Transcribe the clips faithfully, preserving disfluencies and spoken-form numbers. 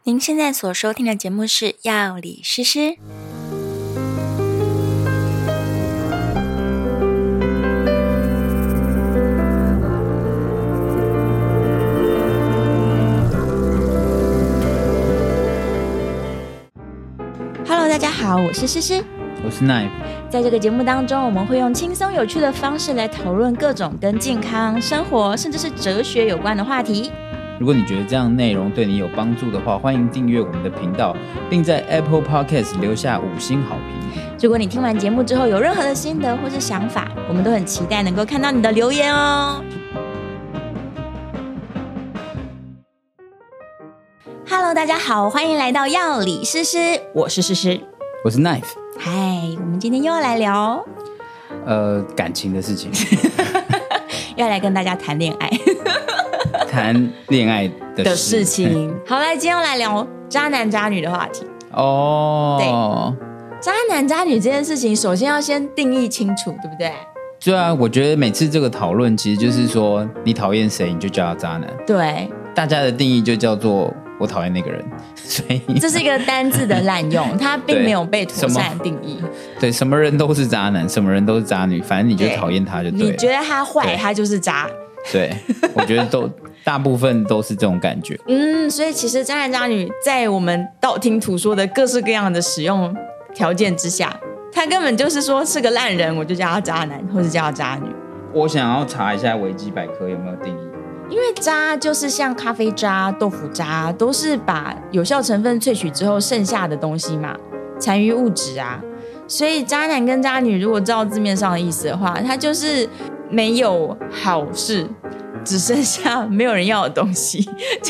您现在所收听的节目是药理诗诗。Hello， 大家好，我是诗诗， 我是 Knife。 在这个节目当中，我们会用轻松有趣的方式来讨论各种跟健康、生活，甚至是哲学有关的话题。 如果你觉得这样的内容对你有帮助的话，欢迎订阅我们的频道，并在 Apple Podcast 留下五星好评。 如果你听完节目之后有任何的心得或是想法，我们都很期待能够看到你的留言哦。Hello， 大家好，欢迎来到药理诗诗，我是诗诗， 我是 Knife。 嗨，我们今天又要来聊呃感情的事情， 要来跟大家谈恋爱。 谈恋爱 的, 的事情。好，来，今天要来聊渣男渣女的话题。 哦， 对，渣男渣女这件事情，首先要先定义清楚，对不对？ 对啊，我觉得每次这个讨论，其实就是说，你讨厌谁，你就叫他渣男。 对， 大家的定义就叫做我讨厌那个人，所以这是一个单字的滥用，它并没有被妥善定义。 对，什么人都是渣男，什么人都是渣女，反正你就讨厌他就对了。 你觉得他坏，他就是渣。 对，我觉得都大部分都是这种感觉。 嗯，所以其实渣男渣女在我们道听途说的各式各样的使用条件之下，他根本就是说是个烂人，我就叫他渣男，或者叫他渣女。 我想要查一下维基百科有没有定义。 因为渣就是像咖啡渣、豆腐渣，都是把有效成分萃取之后剩下的东西嘛，残余物质啊。所以渣男跟渣女如果照字面上的意思的话，它就是没有好事，只剩下没有人要的东西。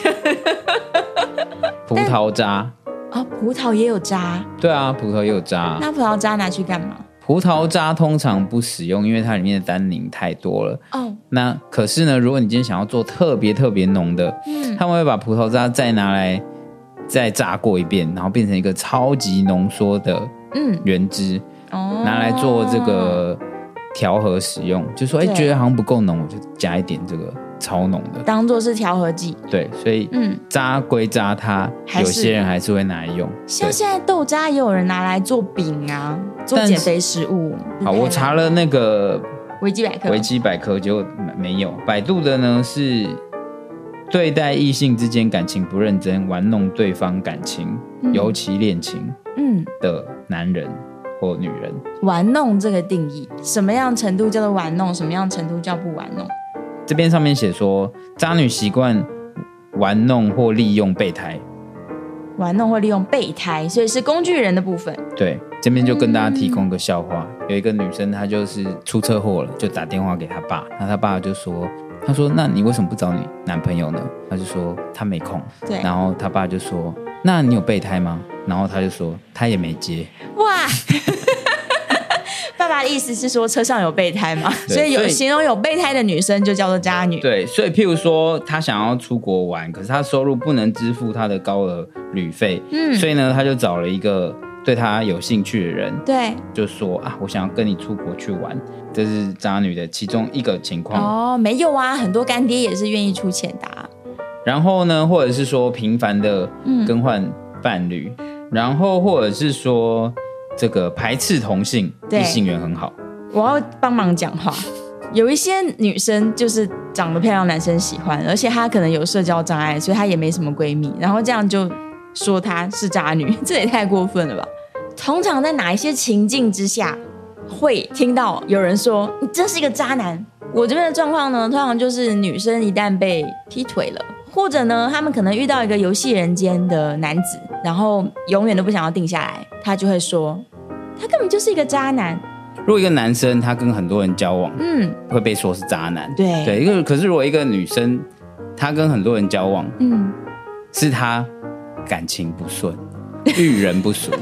葡萄渣哦，葡萄也有渣。 对啊，葡萄也有渣。 那葡萄渣拿去干嘛？ 葡萄渣通常不使用，因为它里面的单宁太多了。哦，那可是呢，如果你今天想要做特别特别浓的，嗯，他们会把葡萄渣再拿来再榨过一遍，然后变成一个超级浓缩的原汁，嗯，哦，拿来做这个调和使用。就说哎，觉得好像不够浓，我就加一点这个超浓的， 当做是调和剂。 对，所以嗯，渣归渣，它有些人还是会拿来用。 像现在豆渣也有人拿来做饼啊，做减肥食物。 好，我查了那个维基百科， 维基百科结果没有。百度的呢是对待异性之间感情不认真，玩弄对方感情，嗯，尤其恋情的男人或女人。 玩弄这个定义，什么样程度叫做玩弄，什么样程度叫不玩弄？ 这边上面写说，渣女习惯玩弄或利用备胎。 玩弄或利用备胎，所以是工具人的部分。 对，这边就跟大家提供个笑话，嗯，有一个女生她就是出车祸了，就打电话给她爸，那她爸就说，他说那你为什么不找你男朋友呢？她就说她没空。对，然后她爸就说那你有备胎吗？然后她就说她也没接。哇爸爸的意思是说车上有备胎嘛，所以有形容有备胎的女生就叫做渣女。对，所以譬如说她想要出国玩，可是她收入不能支付她的高额旅费，嗯，所以呢她就找了一个对她有兴趣的人，对，就说啊我想要跟你出国去玩，这是渣女的其中一个情况。哦，没有啊，很多干爹也是愿意出钱的啊。然后呢，或者是说频繁的更换伴侣，嗯，然后或者是说这个排斥同性，异性缘很好。我要帮忙讲话。有一些女生就是长得漂亮，男生喜欢，而且她可能有社交障碍，所以她也没什么闺蜜，然后这样就说她是渣女，这也太过分了吧？通常在哪一些情境之下会听到有人说你真是一个渣男？我这边的状况呢，通常就是女生一旦被劈腿了，或者呢他们可能遇到一个游戏人间的男子，然后永远都不想要定下来，他就会说他根本就是一个渣男。如果一个男生他跟很多人交往，嗯，会被说是渣男。对对，一个可是如果一个女生她跟很多人交往，嗯，是她感情不顺，遇人不淑。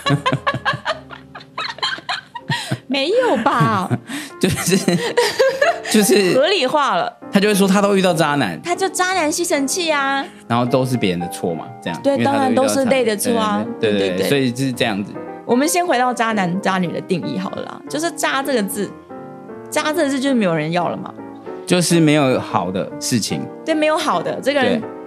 没有吧？就是就是合理化了，他就会说他都遇到渣男，他就渣男吸尘器啊，然后都是别人的错嘛，这样对，当然都是类的错啊，对 对, 对, 对, 对，所以就是这样子。我们先回到渣男渣女的定义好了啦，就是渣这个字，渣这个字就是没有人要了嘛，就是没有好的事情，对，没有好的这个人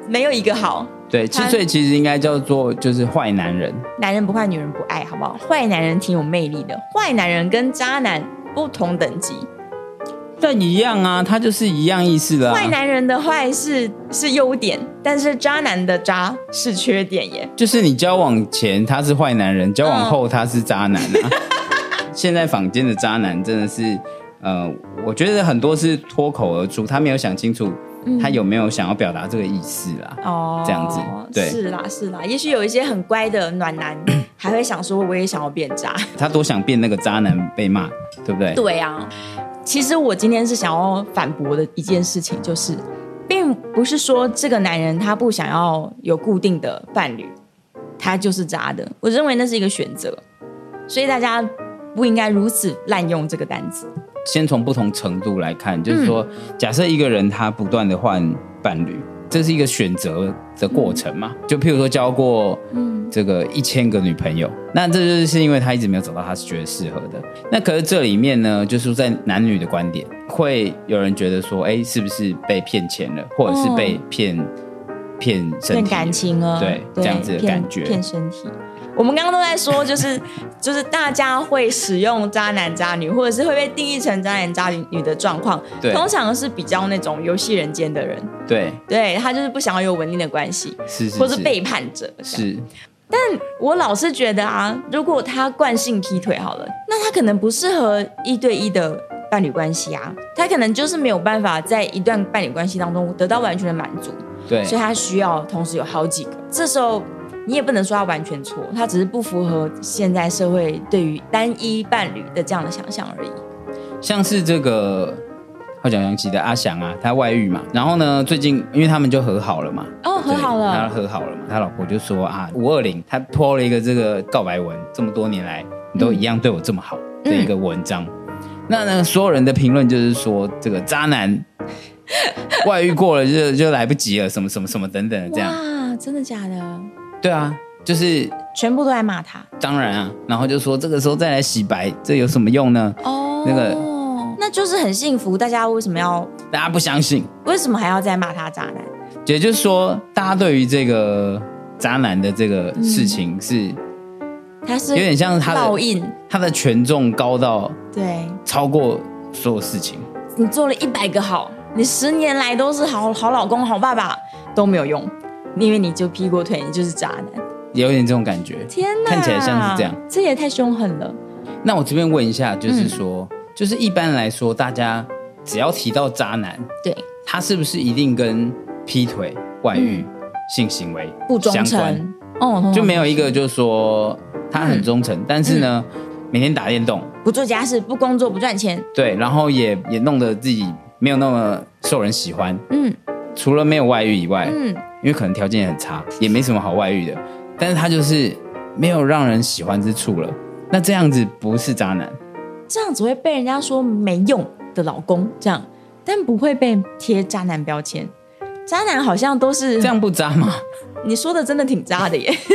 没有一个好。 对，七岁其实应该叫做就是坏男人。 男人不坏，女人不爱，好不好？坏男人挺有魅力的，坏男人跟渣男不同等级。 但一样啊，他就是一样意思的啊。 坏男人的坏是是优点，但是渣男的渣是缺点耶。 就是你交往前他是坏男人，交往后他是渣男啊。嗯、现在坊间的渣男真的是，呃，我觉得很多是脱口而出，他没有想清楚他有没有想要表达这个意思啦。哦，这样子，对， 是啦是啦。也许有一些很乖的暖男，还会想说我也想要变渣。 他多想变那个渣男被骂，对不对？ 对啊。其实我今天是想要反驳的一件事情，就是并不是说这个男人他不想要有固定的伴侣，他就是渣的。我认为那是一个选择，所以大家不应该如此滥用这个单字。 先从不同程度来看，就是说，嗯、假设一个人他不断的换伴侣，这是一个选择的过程嘛？嗯、就譬如说交过这个一千个女朋友，嗯、那这就是因为他一直没有找到他是觉得适合的。那可是这里面呢，就是在男女的观点，会有人觉得说，哎，是不是被骗钱了，或者是被骗骗身体、骗感情了？ 对，这样子的感觉， 骗身体。我们刚刚都在说，就是就是大家会使用渣男渣女，或者是会被定义成渣男渣女的状况，通常是比较那种游戏人间的人， 对， 对他就是不想要有稳定的关系， 是是是， 或是背叛者， 是。 但我老是觉得啊，如果他惯性劈腿好了，那他可能不适合一对一的伴侣关系啊，他可能就是没有办法在一段伴侣关系当中得到完全的满足， 对， 所以他需要同时有好几个，这时候。你也不能说他完全错，他只是不符合现在社会对于单一伴侣的这样的想象而已。 像是这个号角响起的阿翔啊，他外遇嘛，然后呢，最近因为他们就和好了嘛， 哦，和好了， 他和好了嘛，他老婆就说啊，五二零他po了一个这个告白文，这么多年来你都一样对我这么好的一个文章，嗯、那呢，所有人的评论就是说这个渣男外遇过了就就来不及了，什么什么什么等等的这样。 哇，真的假的？ 对啊，就是全部都在骂他。 当然啊，然后就说这个时候再来洗白，这有什么用呢？ 哦， 那个那就是很幸福。大家为什么要？ 大家不相信， 为什么还要再骂他渣男？ 也就是说，大家对于这个渣男的这个事情是，嗯、 他是有点像他的烙印， 他的权重高到对超过所有事情。 你做了一百个好，你十年来都是好好老公、好爸爸都没有用。因为你就劈过腿，你就是渣男， 有点这种感觉。 天哪， 看起来像是这样， 这也太凶狠了。 那我这边问一下，就是说，嗯、就是一般来说，大家只要提到渣男， 对， 他是不是一定跟劈腿、外遇、嗯、性行为不忠诚？ 哦，就没有一个就是说他很忠诚，嗯、但是呢，嗯、每天打电动， 不做家事，不工作，不赚钱， 对，然后也也弄得自己没有那么受人喜欢。嗯，除了没有外遇以外，嗯。因为可能条件也很差，也没什么好外遇的，但是他就是没有让人喜欢之处了。那这样子不是渣男， 这样只会被人家说没用的老公这样，但不会被贴渣男标签。渣男好像都是这样，不渣吗？ 你说的真的挺渣的耶。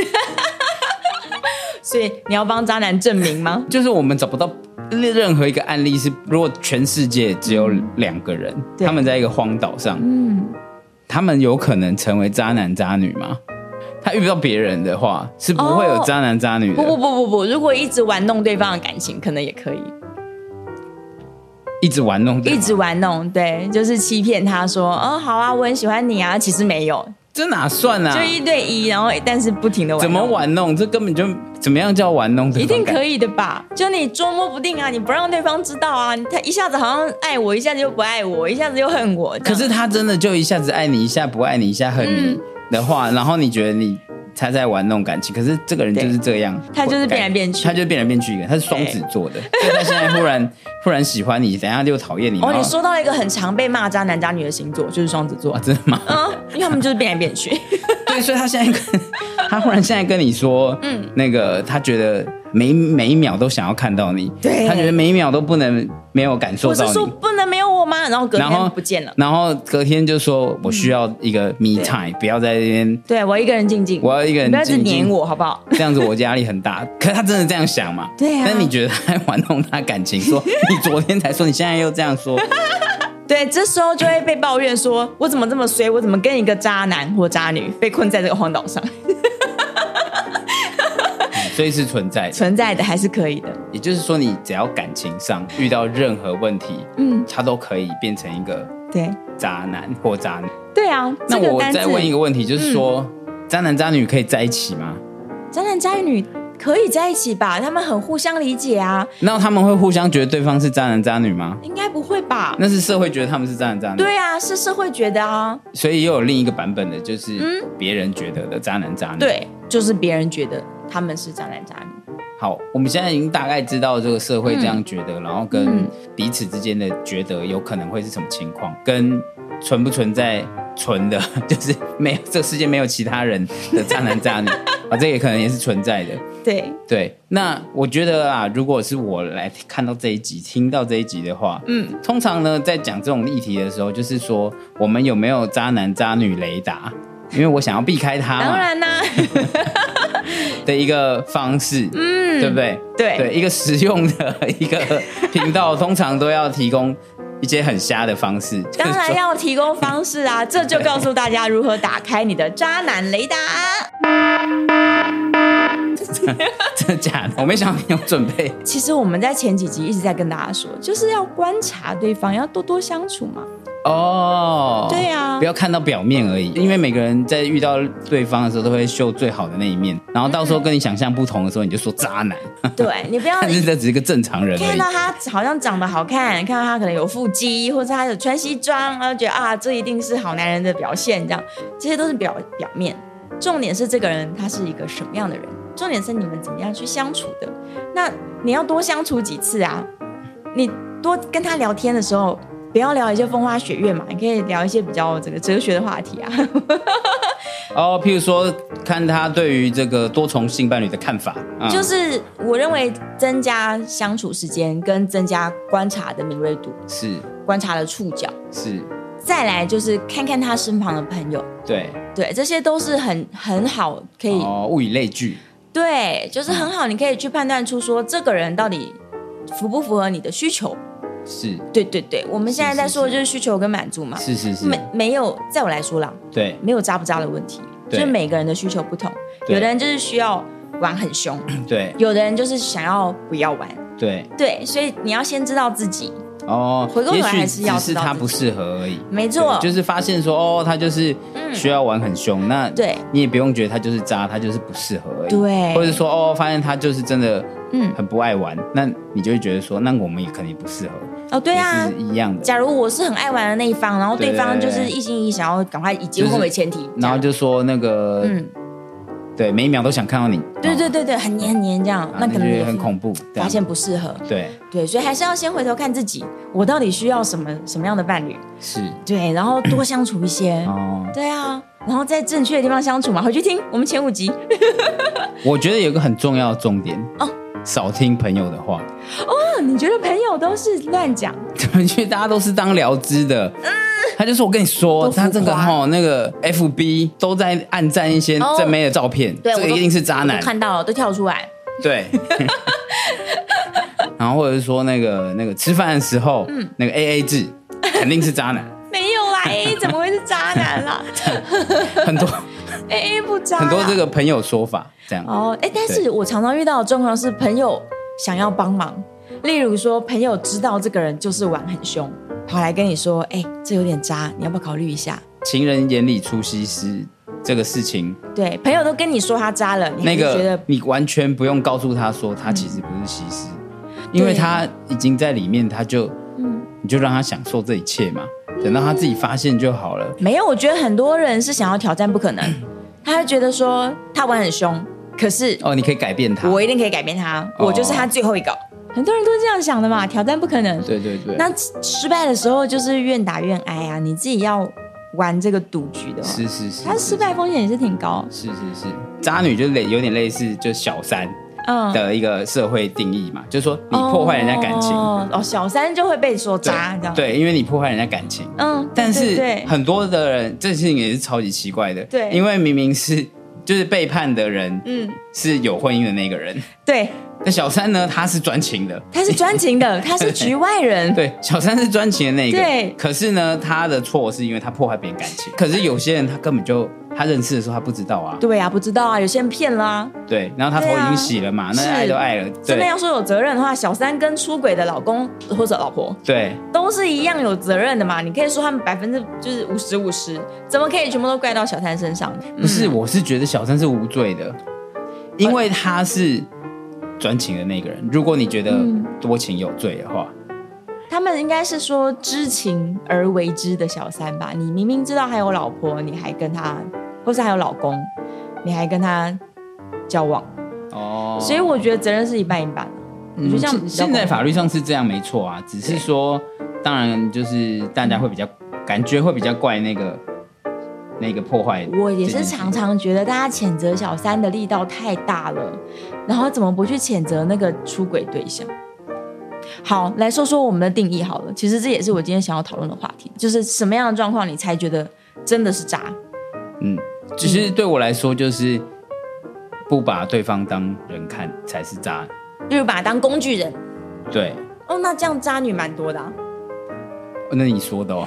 所以你要帮渣男证明吗？ 就是我们找不到任何一个案例是，如果全世界只有两个人，嗯、他们在一个荒岛上，嗯。他们有可能成为渣男渣女吗？他遇不到别人的话，是不会有渣男渣女的。 哦、不不不不不，如果一直玩弄对方的感情，可能也可以。 一直玩弄对方， 一直玩弄，对，就是欺骗他说，哦，好啊，我很喜欢你啊，其实没有。 这哪算啊？ 就一对一，然后但是不停的玩弄。 怎么玩弄？这根本就怎么样叫玩弄？ 一定可以的吧？就你捉摸不定啊，你不让对方知道啊，他一下子好像爱我，一下子又不爱我，一下子又恨我。 可是他真的就一下子爱你，一下不爱你，一下恨你的话，嗯、然后你觉得你他在玩弄感情，可是这个人就是这样， 他就是变来变去， 他就是变来变去一个，他是双子座的，所以他现在忽然忽然喜欢你，等一下就讨厌你。 哦，你说到一个很常被骂渣男渣女的星座，就是双子座。 啊，真的吗？ 嗯，因为他们就是变来变去。 对，所以他现在跟他忽然现在跟你说，嗯，那个他觉得每每一秒都想要看到你， 对， 他觉得每一秒都不能没有感受到你。 我是说不能没有我吗？然后隔天不见了， 然后隔天就说我需要一个 me time，、嗯、不要在这边， 对我一个人静静， 我要一个人静静， 不要一直黏我好不好？ 这样子我压力很大。可是他真的这样想嘛？ 对啊。 但你觉得他在玩弄他感情，说你昨天才说，你现在又这样说， 对，这时候就会被抱怨说，我怎么这么衰，我怎么跟一个渣男或渣女被困在这个荒岛上。 所以是存在的， 存在的还是可以的。 也就是说，你只要感情上遇到任何问题，嗯，他都可以变成一个对渣男或渣女。 对啊， 那我再问一个问题，就是说，嗯、渣男渣女可以在一起吗？ 渣男渣女可以在一起吧？他们很互相理解啊。 那他们会互相觉得对方是渣男渣女吗？ 应该不会吧？ 那是社会觉得他们是渣男渣女。 对啊，是社会觉得啊。 所以又有另一个版本的，就是别人觉得的渣男渣女。 对，就是别人觉得他们是渣男渣女。 好，我们现在已经大概知道这个社会这样觉得，嗯、然后跟彼此之间的觉得有可能会是什么情况，跟存不存在纯的，就是没有这个世界没有其他人的渣男渣女啊，这也可能也是存在的。 对对，那我觉得啊，如果是我来看到这一集、听到这一集的话，嗯，通常呢，在讲这种议题的时候，就是说我们有没有渣男渣女雷达？因为我想要避开它嘛， 当然啦、啊， 的一个方式，嗯，对不对？ 对对，一个实用的一个频道，通常都要提供一些很瞎的方式。 当然要提供方式啊，这就告诉大家如何打开你的渣男雷达。 真的假的？我没想到你有准备。 其实我们在前几集一直在跟大家说，就是要观察对方，要多多相处嘛。 哦， 对啊， 不要看到表面而已，因为每个人在遇到对方的时候都会秀最好的那一面，然后到时候跟你想象不同的时候，你就说渣男。 对，你不要， 但是这只是个正常人而已。 看到他好像长得好看，看到他可能有腹肌，或者他有穿西装，然后觉得啊，这一定是好男人的表现，这样，这些都是表表面。重点是这个人他是一个什么样的人，重点是你们怎么样去相处的。那你要多相处几次啊，你多跟他聊天的时候，不要聊一些风花雪月嘛，你可以聊一些比较这个哲学的话题啊。 哦，譬如说看他对于这个多重性伴侣的看法， 嗯、就是我认为增加相处时间跟增加观察的敏锐度， 是观察的触角， 是。 再来就是看看他身旁的朋友， 对对，这些都是很很好可以哦，物以类聚， 对，就是很好，你可以去判断出说这个人到底符不符合你的需求。 是，对对对，我们现在在说的就是需求跟满足嘛。 是是是， 没没有，在我来说啦， 对， 没有渣不渣的问题，就是每个人的需求不同，有的人就是需要玩很凶， 对， 有的人就是想要不要玩， 对对，所以你要先知道自己。 哦， 回过头来还是要也许只是他不适合而已， 没错， 就是发现说哦，他就是需要玩很凶，嗯、那对你也不用觉得他就是渣，他就是不适合而已， 对， 或者说哦，发现他就是真的嗯很不爱玩，嗯、那你就会觉得说，那我们也可能也不适合。 哦，对啊， 是一样的。 假如我是很爱玩的那一方，然后对方就是一心一意想要赶快以结婚为前提，就是、 然后就说那个嗯。对，每一秒都想看到你。 对对对对，很黏很黏这样，那可能也很恐怖， 发现不适合。 对对，所以还是要先回头看自己，我到底需要什么什么样的伴侣？ 是， 对，然后多相处一些。哦，对啊，然后在正确的地方相处嘛。回去听我们前五集。 我觉得有一个很重要的重点哦，少听朋友的话。 哦，你觉得朋友都是乱讲？ 因为大家都是当聊资的。嗯。他就说：“我跟你说，他这个哈那个 F B 都在暗赞一些正妹的照片， 对， 这个一定是渣男。 看到了，都跳出来。 对，然后或者是说那个那个吃饭的时候，嗯，那个 A A 制肯定是渣男。 没有啦 ，A A 怎么会是渣男啦？ 很多 A A 不渣， 很多这个朋友说法这样。 哦，哎，但是我常常遇到的状况是，朋友想要帮忙，例如说朋友知道这个人就是玩很凶。”跑来跟你说，哎、欸，这有点渣，你要不要考虑一下？ 情人眼里出西施这个事情， 对，朋友都跟你说他渣了，你还是觉得、 那个、你完全不用告诉他说他其实不是西施，嗯、因为他已经在里面，他就，嗯，你就让他享受这一切嘛，等到他自己发现就好了。 没有，我觉得很多人是想要挑战不可能，他会觉得说他玩很凶，可是哦，你可以改变他， 我一定可以改变他，哦、我就是他最后一个。很多人都是这样想的嘛，挑战不可能。 对对对。 那失败的时候就是愿打愿挨啊，你自己要玩这个赌局的话， 是是是， 他失败风险也是挺高。 是是是，渣女就类有点类似就小三的一个社会定义嘛，嗯、就是说你破坏人家感情哦，哦，小三就会被说渣，这样对，因为你破坏人家感情。嗯，但是很多的人这事情也是超级奇怪的，对，因为明明是就是背叛的人，嗯，是有婚姻的那个人， 对。 那小三呢，他是专情的， 他是专情的，他是局外人。 对，小三是专情的那一个。 对， 可是呢，他的错是因为他破坏别人感情。可是有些人他根本就他认识的时候他不知道啊。 对啊，不知道啊，有些人骗了啊。 对，然后他头已经洗了嘛，啊、那爱都爱了。 真的要说有责任的话，小三跟出轨的老公或者老婆， 对， 都是一样有责任的嘛。你可以说他们百分之就是五十五十，怎么可以全部都怪到小三身上？ 不是，嗯、我是觉得小三是无罪的，因为他是专情的那个人。如果你觉得多情有罪的话，嗯、 他们应该是说知情而为之的小三吧？你明明知道还有老婆，你还跟他，或是还有老公，你还跟他交往。哦，所以我觉得责任是一半一半。我觉得这样、嗯、 现在法律上是这样没错啊，只是说，当然就是大家会比较感觉会比较怪那个那个破坏。 我也是常常觉得大家谴责小三的力道太大了，然后怎么不去谴责那个出轨对象？好，来说说我们的定义好了。其实这也是我今天想要讨论的话题，就是什么样的状况你才觉得真的是渣？ 嗯，其实对我来说就是不把对方当人看才是渣， 就是把他当工具人。 对。 哦，那这样渣女蛮多的啊。 那你说的哦。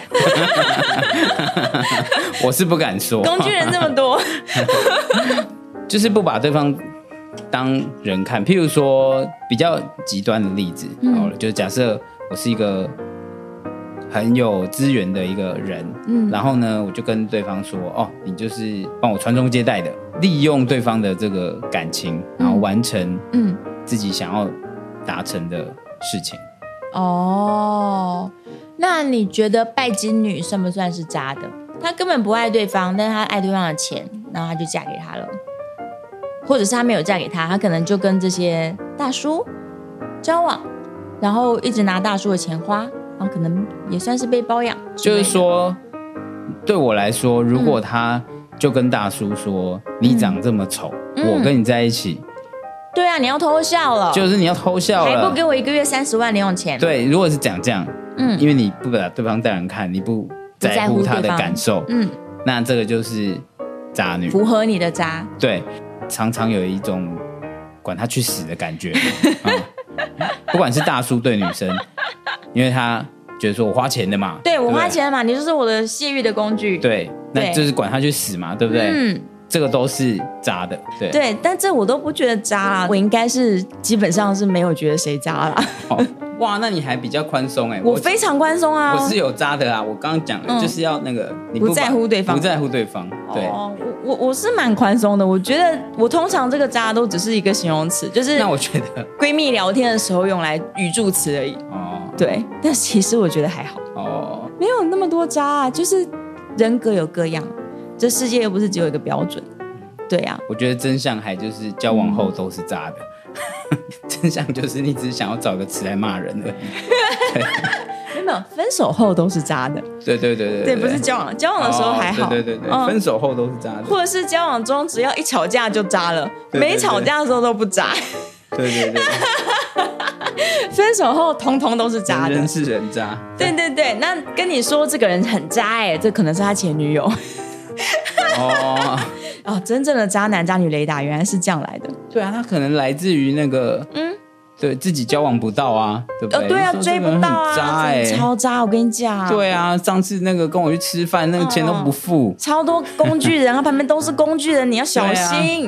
我是不敢说。 工具人这么多。 就是不把对方当人看。譬如说比较极端的例子、嗯、好了，就是假设我是一个很有资源的一个人、嗯、然后呢我就跟对方说，哦，你就是帮我传宗接代的，利用对方的这个感情，然后完成自己想要达成的事情。 哦，那你觉得拜金女算不算是渣的？她根本不爱对方，但是她爱对方的钱，然后她就嫁给他了。或者是她没有嫁给他，她可能就跟这些大叔交往，然后一直拿大叔的钱花，然后可能也算是被包养。 就是说对我来说，如果他就跟大叔说、嗯、你长这么丑、嗯、我跟你在一起， 对啊，你要偷笑了， 就是你要偷笑了， 还不给我一个月三十万零用钱。 对，如果是讲这样，嗯，因为你不把对方当人看，你不在乎他的感受，嗯，那这个就是渣女， 符合你的渣。 对，常常有一种管他去死的感觉、嗯、不管是大叔对女生，因为他觉得说我花钱的嘛， 对，我花钱的嘛，你就是我的泄欲的工具， 对，那就是管他去死嘛，对不对？嗯，这个都是渣的。 对, 对，但这我都不觉得渣啦，我应该是基本上是没有觉得谁渣啦。 哦，哇，那你还比较宽松哎。 我非常宽松啊， 我是有渣的啊，我刚刚讲了、嗯、就是要那个你 不, 不在乎对方， 不在乎对方。对， 哦，我我是蛮宽松的，我觉得我通常这个渣都只是一个形容词，就是那我觉得闺蜜聊天的时候用来语助词而已。哦，对，但其实我觉得还好。哦，没有那么多渣啊，就是人各有各样，这世界又不是只有一个标准。对啊， 我觉得真相还就是交往后都是渣的、嗯、真相就是你只是想要找个词来骂人而已。 没有，分手后都是渣的。 对对对 对, 对, 对，不是交往，交往的时候还好。 哦、对对对对、嗯，分手后都是渣的， 或者是交往中只要一吵架就渣了，对对对，没吵架的时候都不渣。 对对对。 分手后通通都是渣的， 人是人渣。 对对对，那跟你说这个人很渣哎、欸，这可能是他前女友。哦哦，真正的渣男渣女雷达原来是这样来的。 对啊，他可能来自于那个，嗯，对自己交往不到啊，对不对？ 哦，对啊，追不到啊， 渣哎、欸， 超渣！我跟你讲， 对啊，上次那个跟我去吃饭，那个钱都不付，哦、 超多工具人，他旁边都是工具人，你要小心。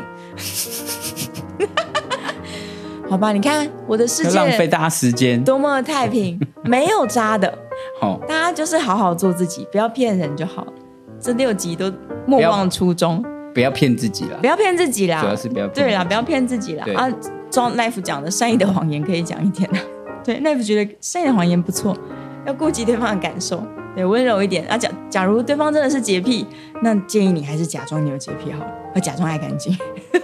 好吧，你看我的世界浪费大家时间， 多么的太平，没有渣的。好，大家就是好好做自己，不要骗人就好。这六集都莫忘初衷， 不要骗自己啦， 不要骗自己啦， 主要是不要骗自己。 对啦，不要骗自己啦。啊，照 Life 讲的，善意的谎言可以讲一点啦。对 ，Life 觉得善意的谎言不错，要顾及对方的感受，对，温柔一点。啊，假假如对方真的是洁癖，那建议你还是假装你有洁癖好了，要假装爱干净。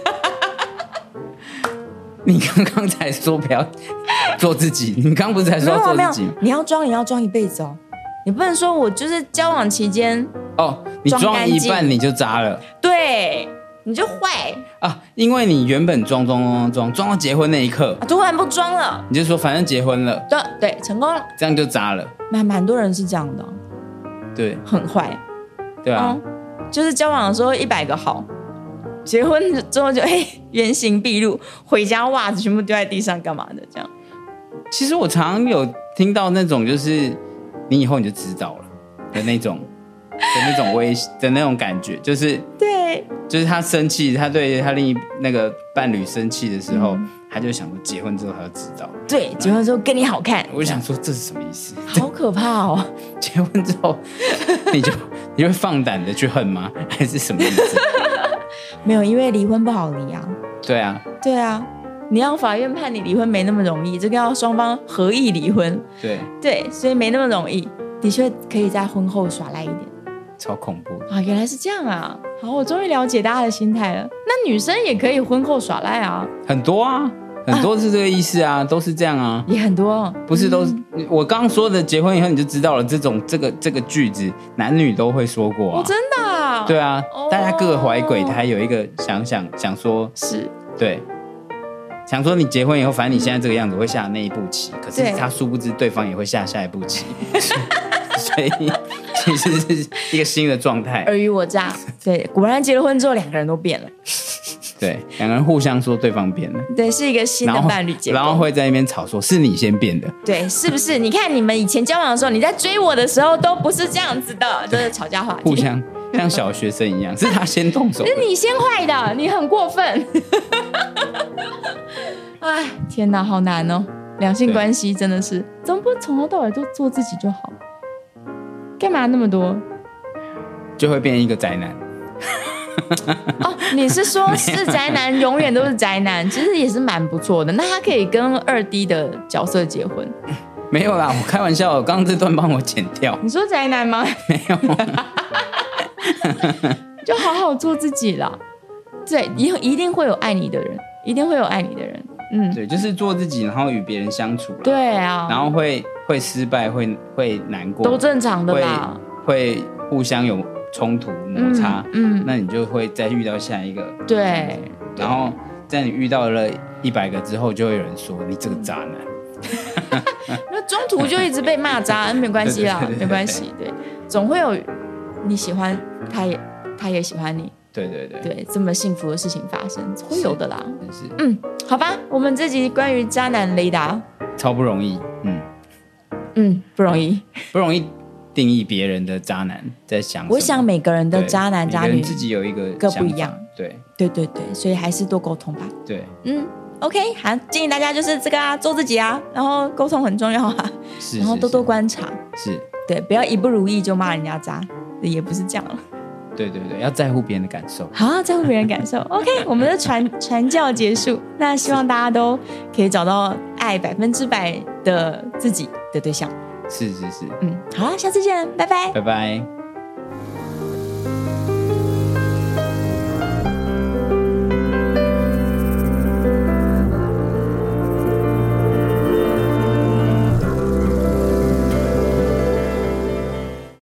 你刚刚才说不要做自己，你刚刚不是才说要做自己吗？ 你要装，你要装一辈子哦。你不能说我就是交往期间哦，你装一半你就渣了， 对，你就坏啊！因为你原本装装装装装到结婚那一刻、 啊，突然不装了， 你就说反正结婚了， 对对，成功了， 这样就渣了。 蛮蛮多人是这样的、啊， 对， 很坏， 对啊、 嗯，就是交往的时候一百个好， 结婚之后就哎原形毕露，回家袜子全部丢在地上干嘛的这样。 其实我常常有听到那种就是你以后你就知道了的那种的那种威的那种感觉，就是对， 就是他生气，他对他另一那个伴侣生气的时候，嗯、他就想说结婚之后他就知道， 对，结婚之后跟你好看。 我就想说这是什么意思？ 好可怕哦！ 结婚之后你就你会放胆的去恨吗？还是什么意思？ 没有，因为离婚不好离啊。 对啊， 对啊，你要法院判你离婚没那么容易，这个要双方合意离婚。 对对，所以没那么容易，的确可以在婚后耍赖一点。 超恐怖啊！原来是这样啊！好，我终于了解大家的心态了。那女生也可以婚后耍赖啊？ 很多啊，很多是这个意思啊，啊都是这样啊。 也很多， 不是都是、嗯、我刚刚说的，结婚以后你就知道了。这种这个这个句子，男女都会说过啊。 哦，真的啊？ 对啊，哦、大家各怀鬼胎，有一个想想想说， 是对，想说你结婚以后，反正你现在这个样子会下那一步棋，可是他殊不知对方也会下下一步棋。所以其实是一个新的状态， 尔虞我诈。对，果然结了婚之后，两个人都变了。 对，两个人互相说对方变了。 对，是一个新的伴侣结构， 然后会在那边吵说是你先变的。 对，是不是？你看你们以前交往的时候，你在追我的时候都不是这样子的，就是吵架话题， 互相像小学生一样，是他先动手的， 是你先坏的，你很过分。哎，天哪，好难哦！两性关系真的是，怎么不从头到尾都做自己就好？干嘛那么多？ 就会变一个宅男。 哦，你是说是宅男永远都是宅男，其实也是蛮不错的。那他可以跟二 D 的角色结婚？ 没有啦，我开玩笑，刚刚这段帮我剪掉。 你说宅男吗？ 没有。 就好好做自己啦。对，一定会有爱你的人，一定会有爱你的人。嗯， 对，就是做自己，然后与别人相处。 对啊， 然后会会失败，会会难过， 都正常的啦。 会, 会互相有冲突摩擦， 嗯，嗯那你就会再遇到下一个。 对， 然后在你遇到了一百个之后，就会有人说你这个渣男。 那中途就一直被骂渣，没关系啦，对对对对没关系，对，总会有你喜欢他也他也喜欢你。 对对对， 对，这么幸福的事情发生会有的啦。 是， 嗯，好吧，我们这集关于渣男雷达超不容易，嗯嗯，不容易， 不容易定义别人的渣男在想什么。 我想每个人的渣男渣女自己有一个各不一样， 对对对对，所以还是多沟通吧。 对， 嗯 ，OK， 好，建议大家就是这个啊，做自己啊，然后沟通很重要啊， 是， 然后多多观察， 是， 对，不要一不如意就骂人家渣，也不是这样了。 对对对，要在乎别人的感受。 好，在乎别人感受。OK， 我们的传传教结束。那希望大家都可以找到爱百分之百的自己的对象。 是是是， 嗯，好，下次见，拜拜， 拜拜。